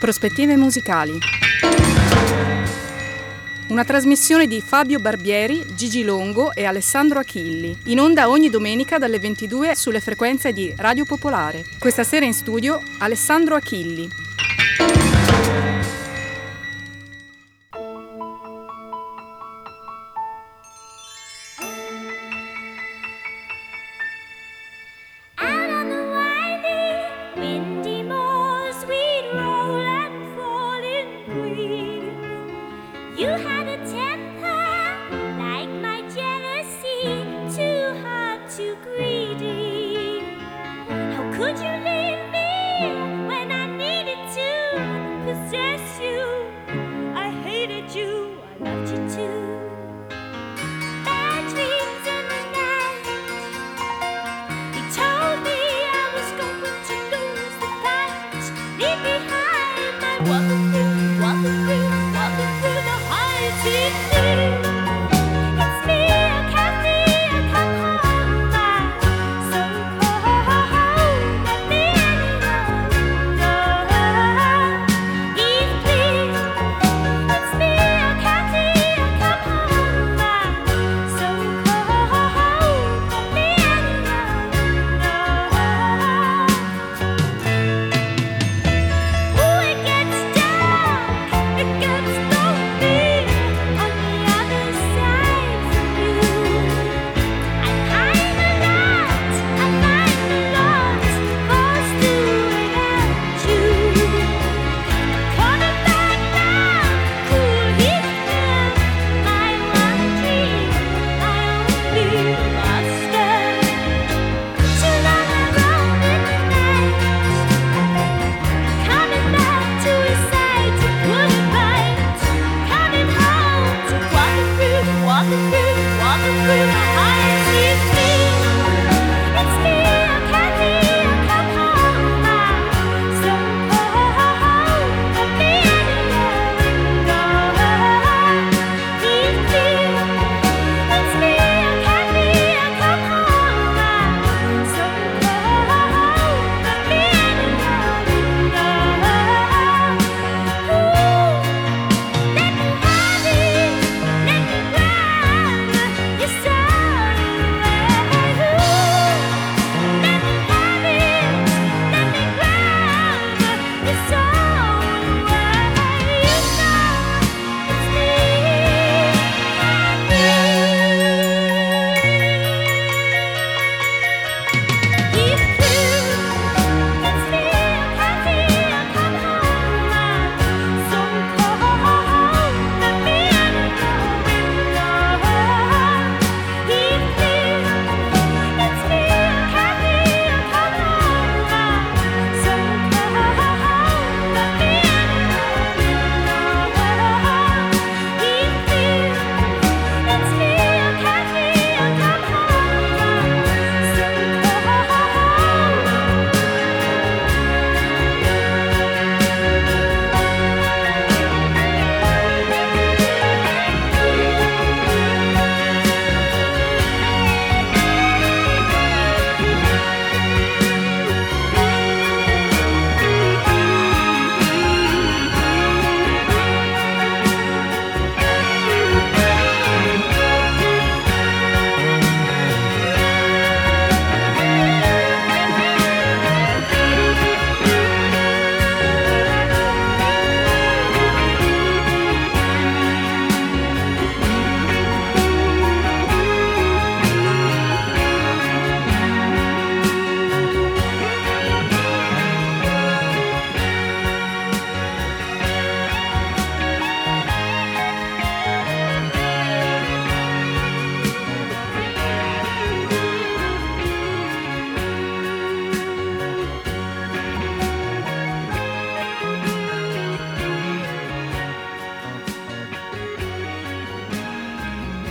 Prospettive musicali. Una trasmissione di Fabio Barbieri, Gigi Longo e Alessandro Achilli, in onda ogni domenica dalle 22 sulle frequenze di Radio Popolare. Questa sera in studio Alessandro Achilli.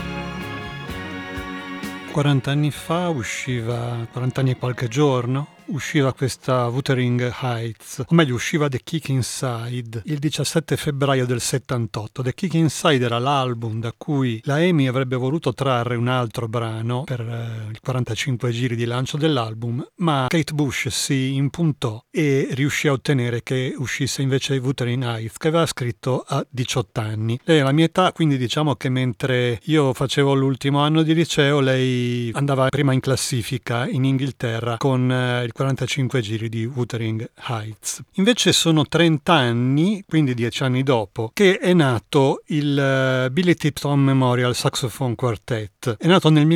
Quarant'anni fa usciva, 40 anni e qualche giorno, usciva questa Wuthering Heights, o meglio usciva The Kick Inside il 17 febbraio del 78. The Kick Inside era l'album da cui la EMI avrebbe voluto trarre un altro brano per i 45 giri di lancio dell'album, ma Kate Bush si impuntò e riuscì a ottenere che uscisse invece Wuthering Heights, che aveva scritto a 18 anni. Lei è la mia età, quindi diciamo che mentre io facevo l'ultimo anno di liceo, lei andava prima in classifica in Inghilterra con i 45 giri di Wuthering Heights. Invece sono 30 anni, quindi 10 anni dopo, che è nato il Billy Tipton Memorial Saxophone Quartet. È nato nel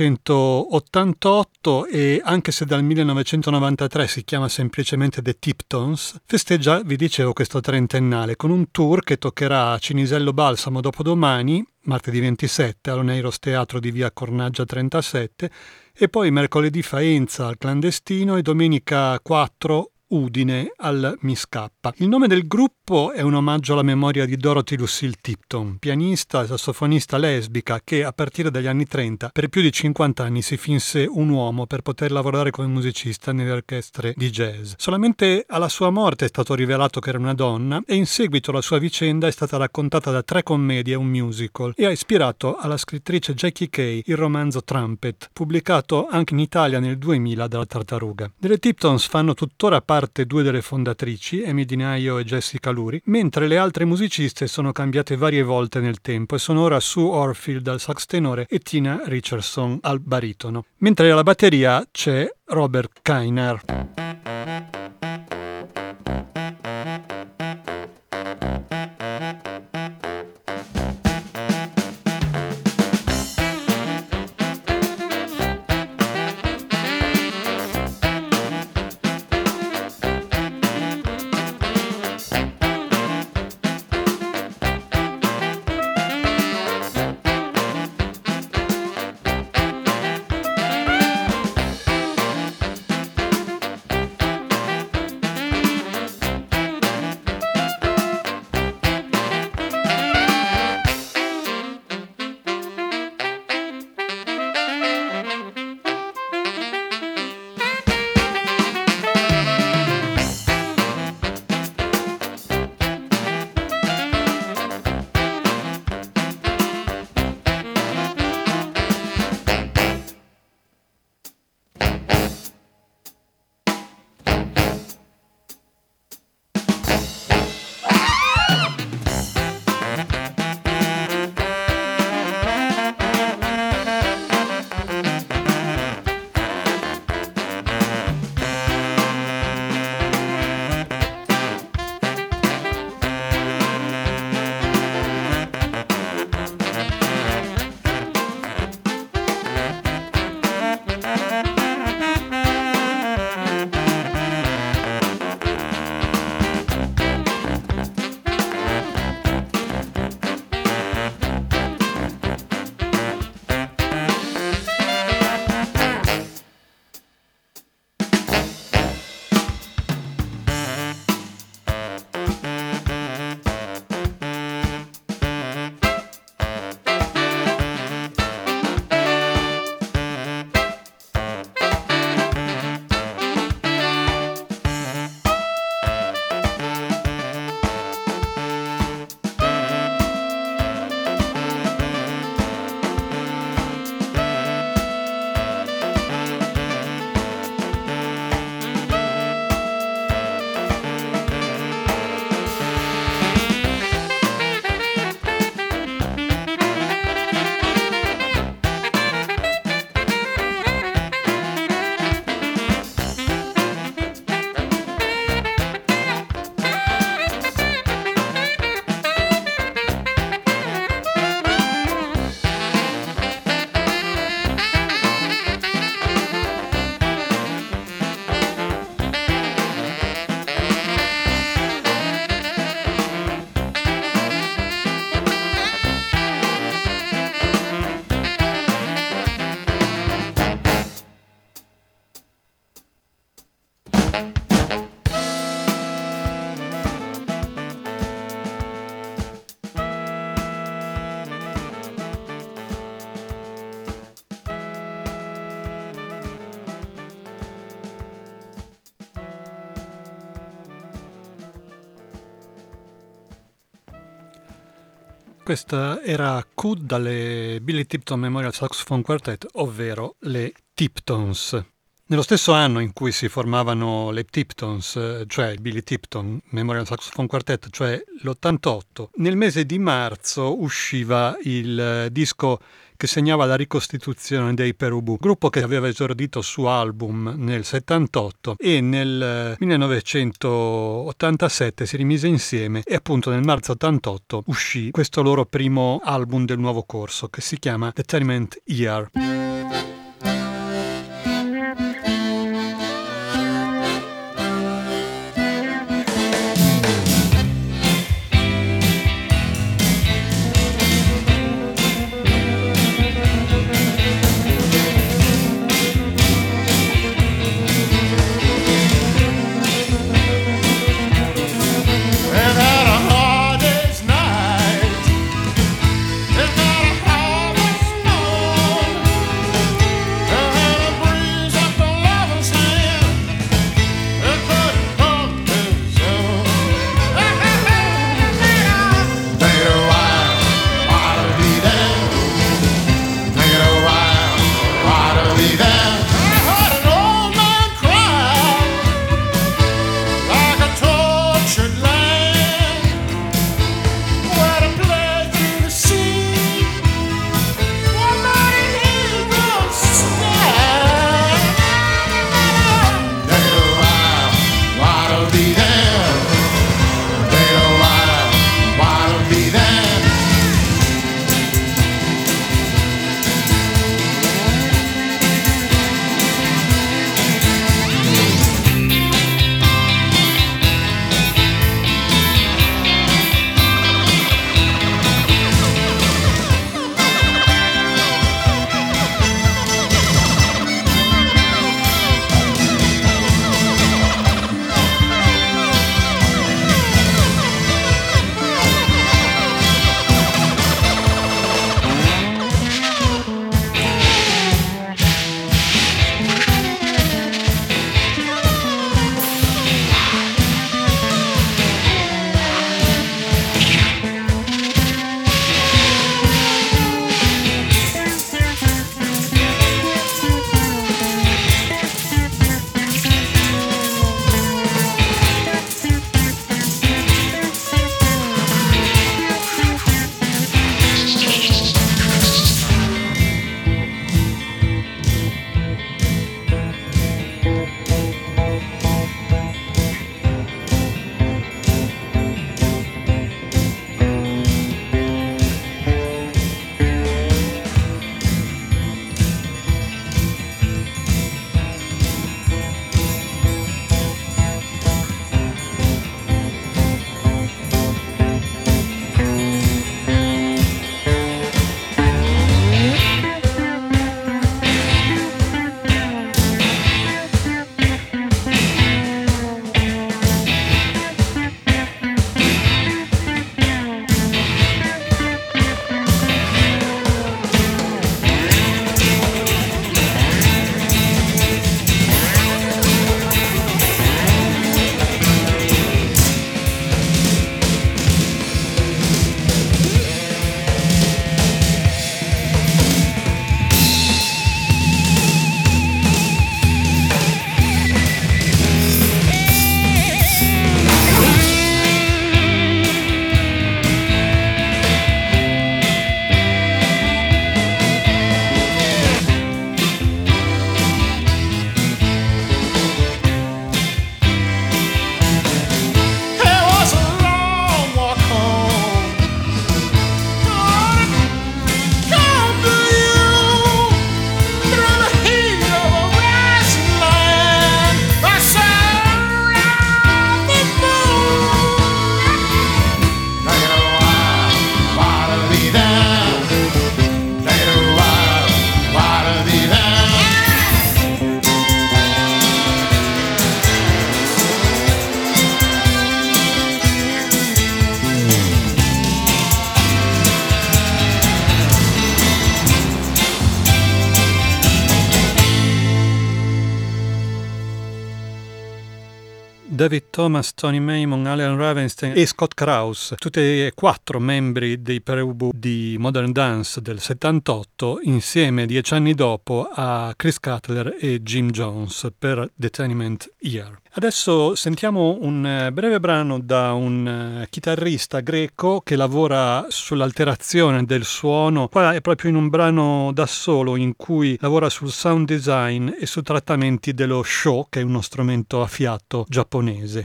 1988 e anche se dal 1993 si chiama semplicemente The Tiptons, festeggia, vi dicevo, questo trentennale con un tour che toccherà a Cinisello Balsamo dopodomani, martedì 27 all'Oneiros Teatro di via Cornaggia 37, e poi mercoledì Faenza al Clandestino e domenica 4 Udine al Miss K. Il nome del gruppo è un omaggio alla memoria di Dorothy Lucille Tipton, pianista e sassofonista lesbica che a partire dagli anni 30 per più di 50 anni si finse un uomo per poter lavorare come musicista nelle orchestre di jazz. Solamente alla sua morte è stato rivelato che era una donna e in seguito la sua vicenda è stata raccontata da 3 commedie e un musical e ha ispirato alla scrittrice Jackie Kay il romanzo Trumpet, pubblicato anche in Italia nel 2000 dalla Tartaruga. Delle Tiptons fanno tuttora parte 2 delle fondatrici, Amy Di Naio e Jessica Luri, mentre le altre musiciste sono cambiate varie volte nel tempo e sono ora Sue Orfield al sax tenore e Tina Richardson al baritono. Mentre alla batteria c'è Robert Kainer. Questa era Q dalle Billy Tipton Memorial Saxophone Quartet, ovvero le Tiptons. Nello stesso anno in cui si formavano le Tiptons, cioè il Billy Tipton Memorial Saxophone Quartet, cioè l'88, nel mese di marzo usciva il disco che segnava la ricostituzione dei Perubu, gruppo che aveva esordito su album nel 78 e nel 1987 si rimise insieme e appunto nel marzo 88 uscì questo loro primo album del nuovo corso che si chiama The Tenement Year. David Thomas, Tony Maimon, Alan Ravenstein e Scott Krauss, tutti e 4 membri dei Perubu di Modern Dance del 78, insieme 10 anni dopo a Chris Cutler e Jim Jones per The Tenement Year. Adesso sentiamo un breve brano da un chitarrista greco che lavora sull'alterazione del suono. Qua è proprio in un brano da solo in cui lavora sul sound design e su trattamenti dello sho, che è uno strumento a fiato giapponese.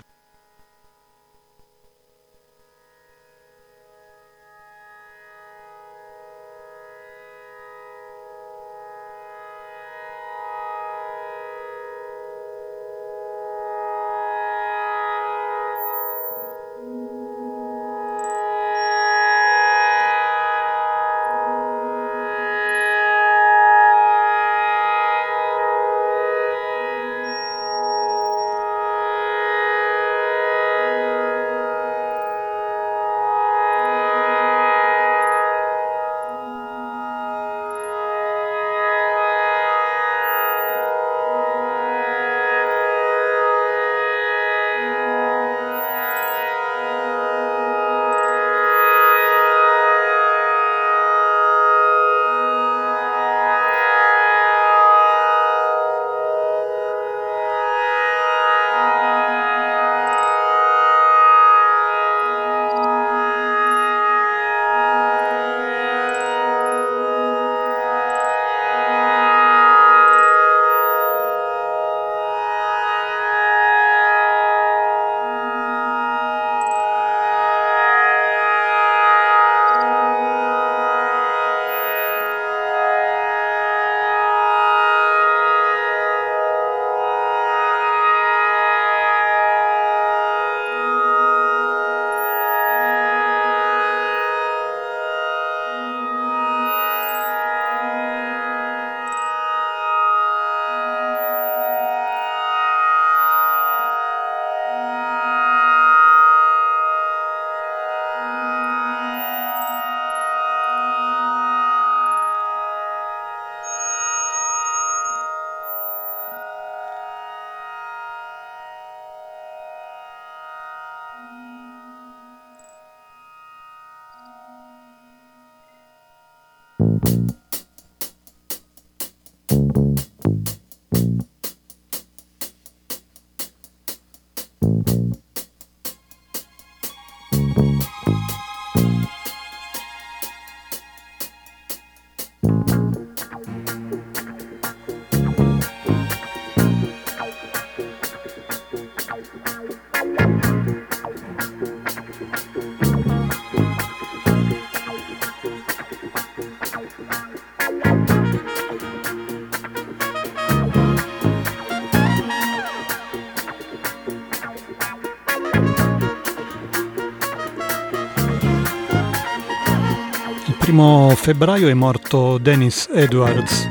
Il 1 febbraio è morto Dennis Edwards,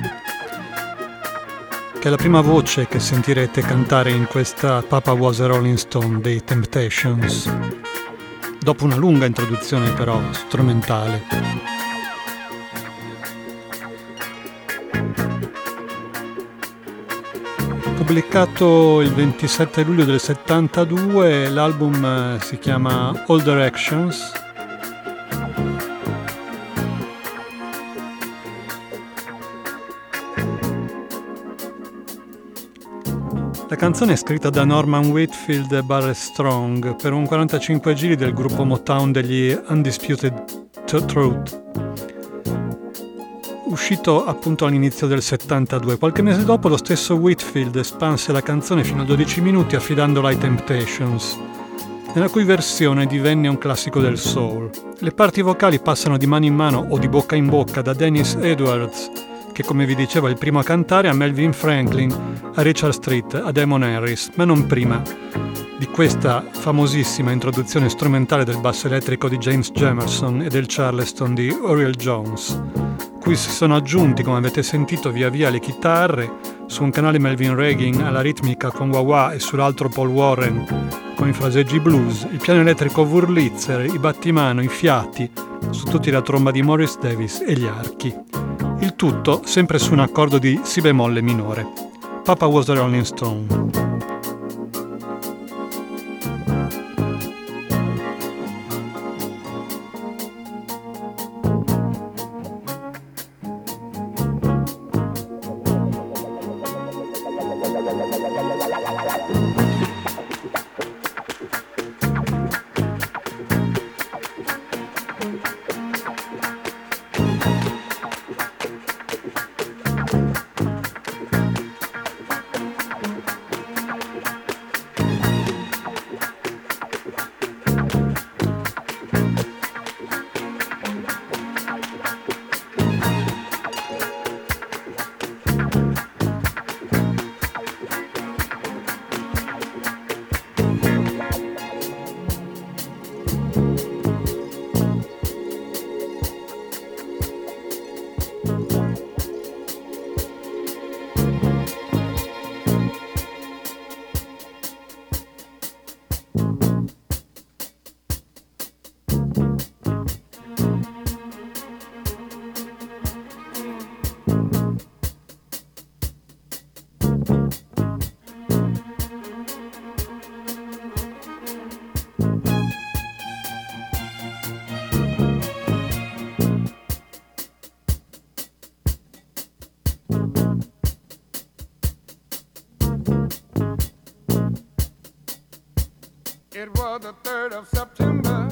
che è la prima voce che sentirete cantare in questa Papa Was a Rolling Stone dei Temptations, dopo una lunga introduzione però strumentale. Pubblicato il 27 luglio del 72, l'album si chiama All Directions. La canzone è scritta da Norman Whitfield e Barrett Strong per un 45 giri del gruppo Motown degli Undisputed Truth, uscito appunto all'inizio del 72. Qualche mese dopo lo stesso Whitfield espanse la canzone fino a 12 minuti affidandola ai Temptations, nella cui versione divenne un classico del soul. Le parti vocali passano di mano in mano o di bocca in bocca da Dennis Edwards, che come vi dicevo è il primo a cantare, a Melvin Franklin, a Richard Street, a Damon Harris, ma non prima di questa famosissima introduzione strumentale del basso elettrico di James Jamerson e del Charleston di Oriel Jones, cui si sono aggiunti, come avete sentito, via via le chitarre, su un canale Melvin Reagin alla ritmica con wah-wah e sull'altro Paul Warren con i fraseggi blues, il piano elettrico Wurlitzer, i battimano, i fiati, su tutti la tromba di Morris Davis e gli archi. Il tutto sempre su un accordo di si bemolle minore. Papa Was a Rolling Stone. It was the 3rd of September.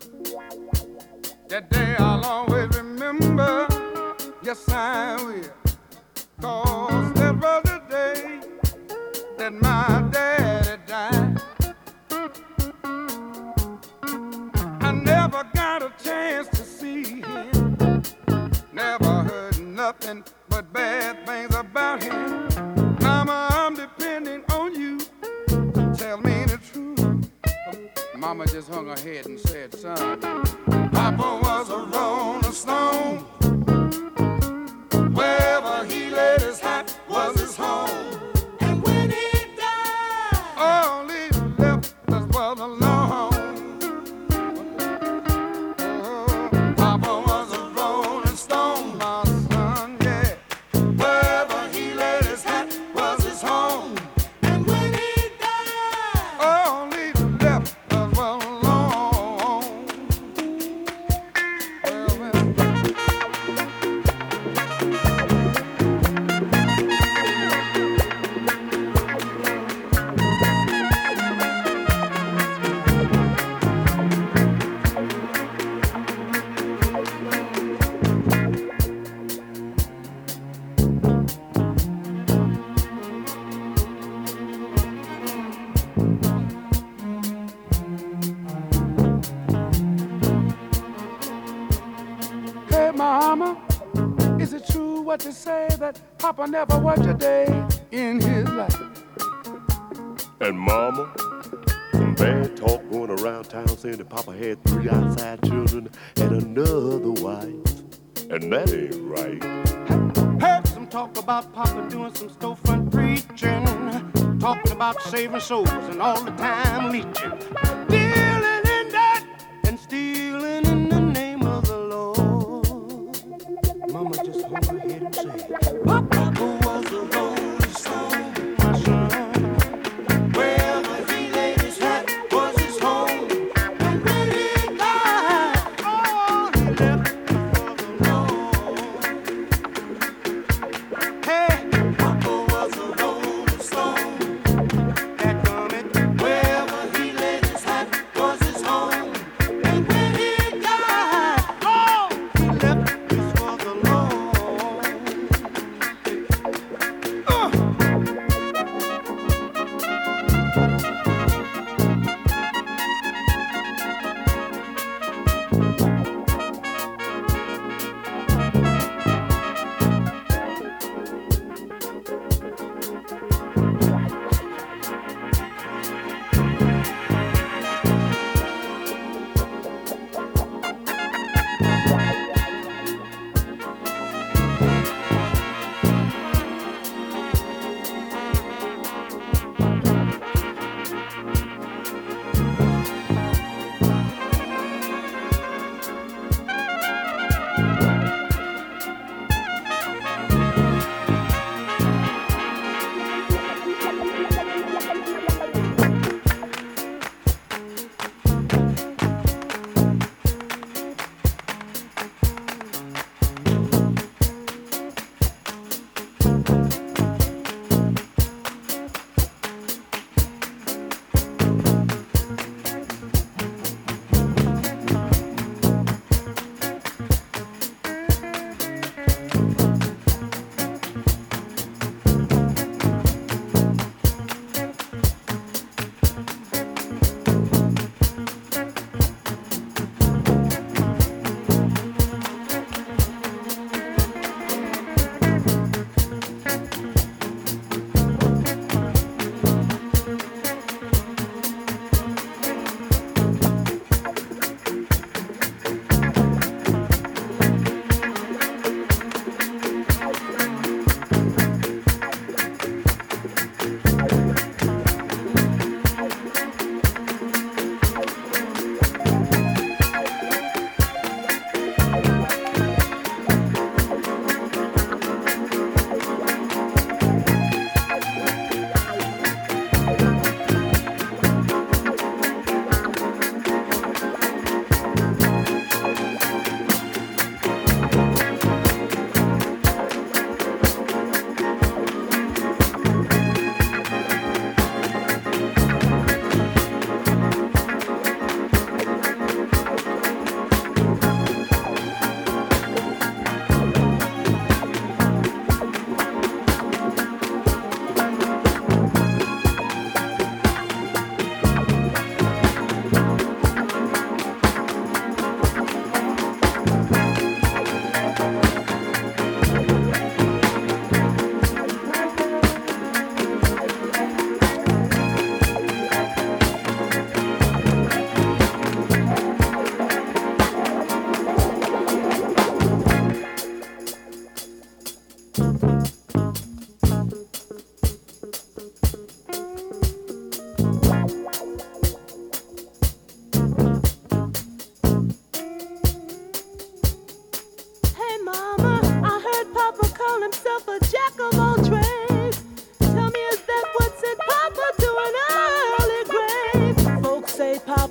That day I'll always remember. Yes, I will. 'Cause that was the day that my daddy died. I never got a chance to see him. Never heard nothing but bad things about him. Mama, I'm depending on you to tell me the truth. Mama just hung her head and said, son, Papa was a rolling stone. Wherever he laid his hat was his home. And when he died, all he left us was alone. Oh, Papa was a rolling stone, my son, yeah. Wherever he laid his hat was his home. And when he died, all he left us was alone. Hey, Mama, is it true what they say that Papa never worked a day in his life? And Mama, some bad talk going around town saying that Papa had 3 outside children and another wife. And that ain't right. Heard some talk about Papa doing some storefront preaching, talking about saving souls and all the time leeching, dealing in that and stealing in the name of the Lord. Mama just hung her head and said, Papa was a rolling stone, my son. Wherever he laid his hat was his home. And when he died, all he left was alone. Hey, Papa was a rolling stone. That coming. Wherever he laid his hat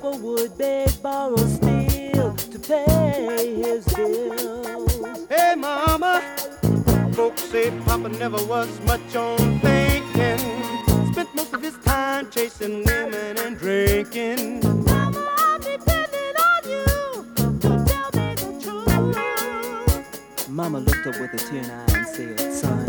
Papa would beg, borrow, steal to pay his bills. Hey, Mama, folks say Papa never was much on thinking. Spent most of his time chasing women and drinking. Mama, I'm depending on you to tell me the truth. Mama looked up with a tear in her eye and said, son,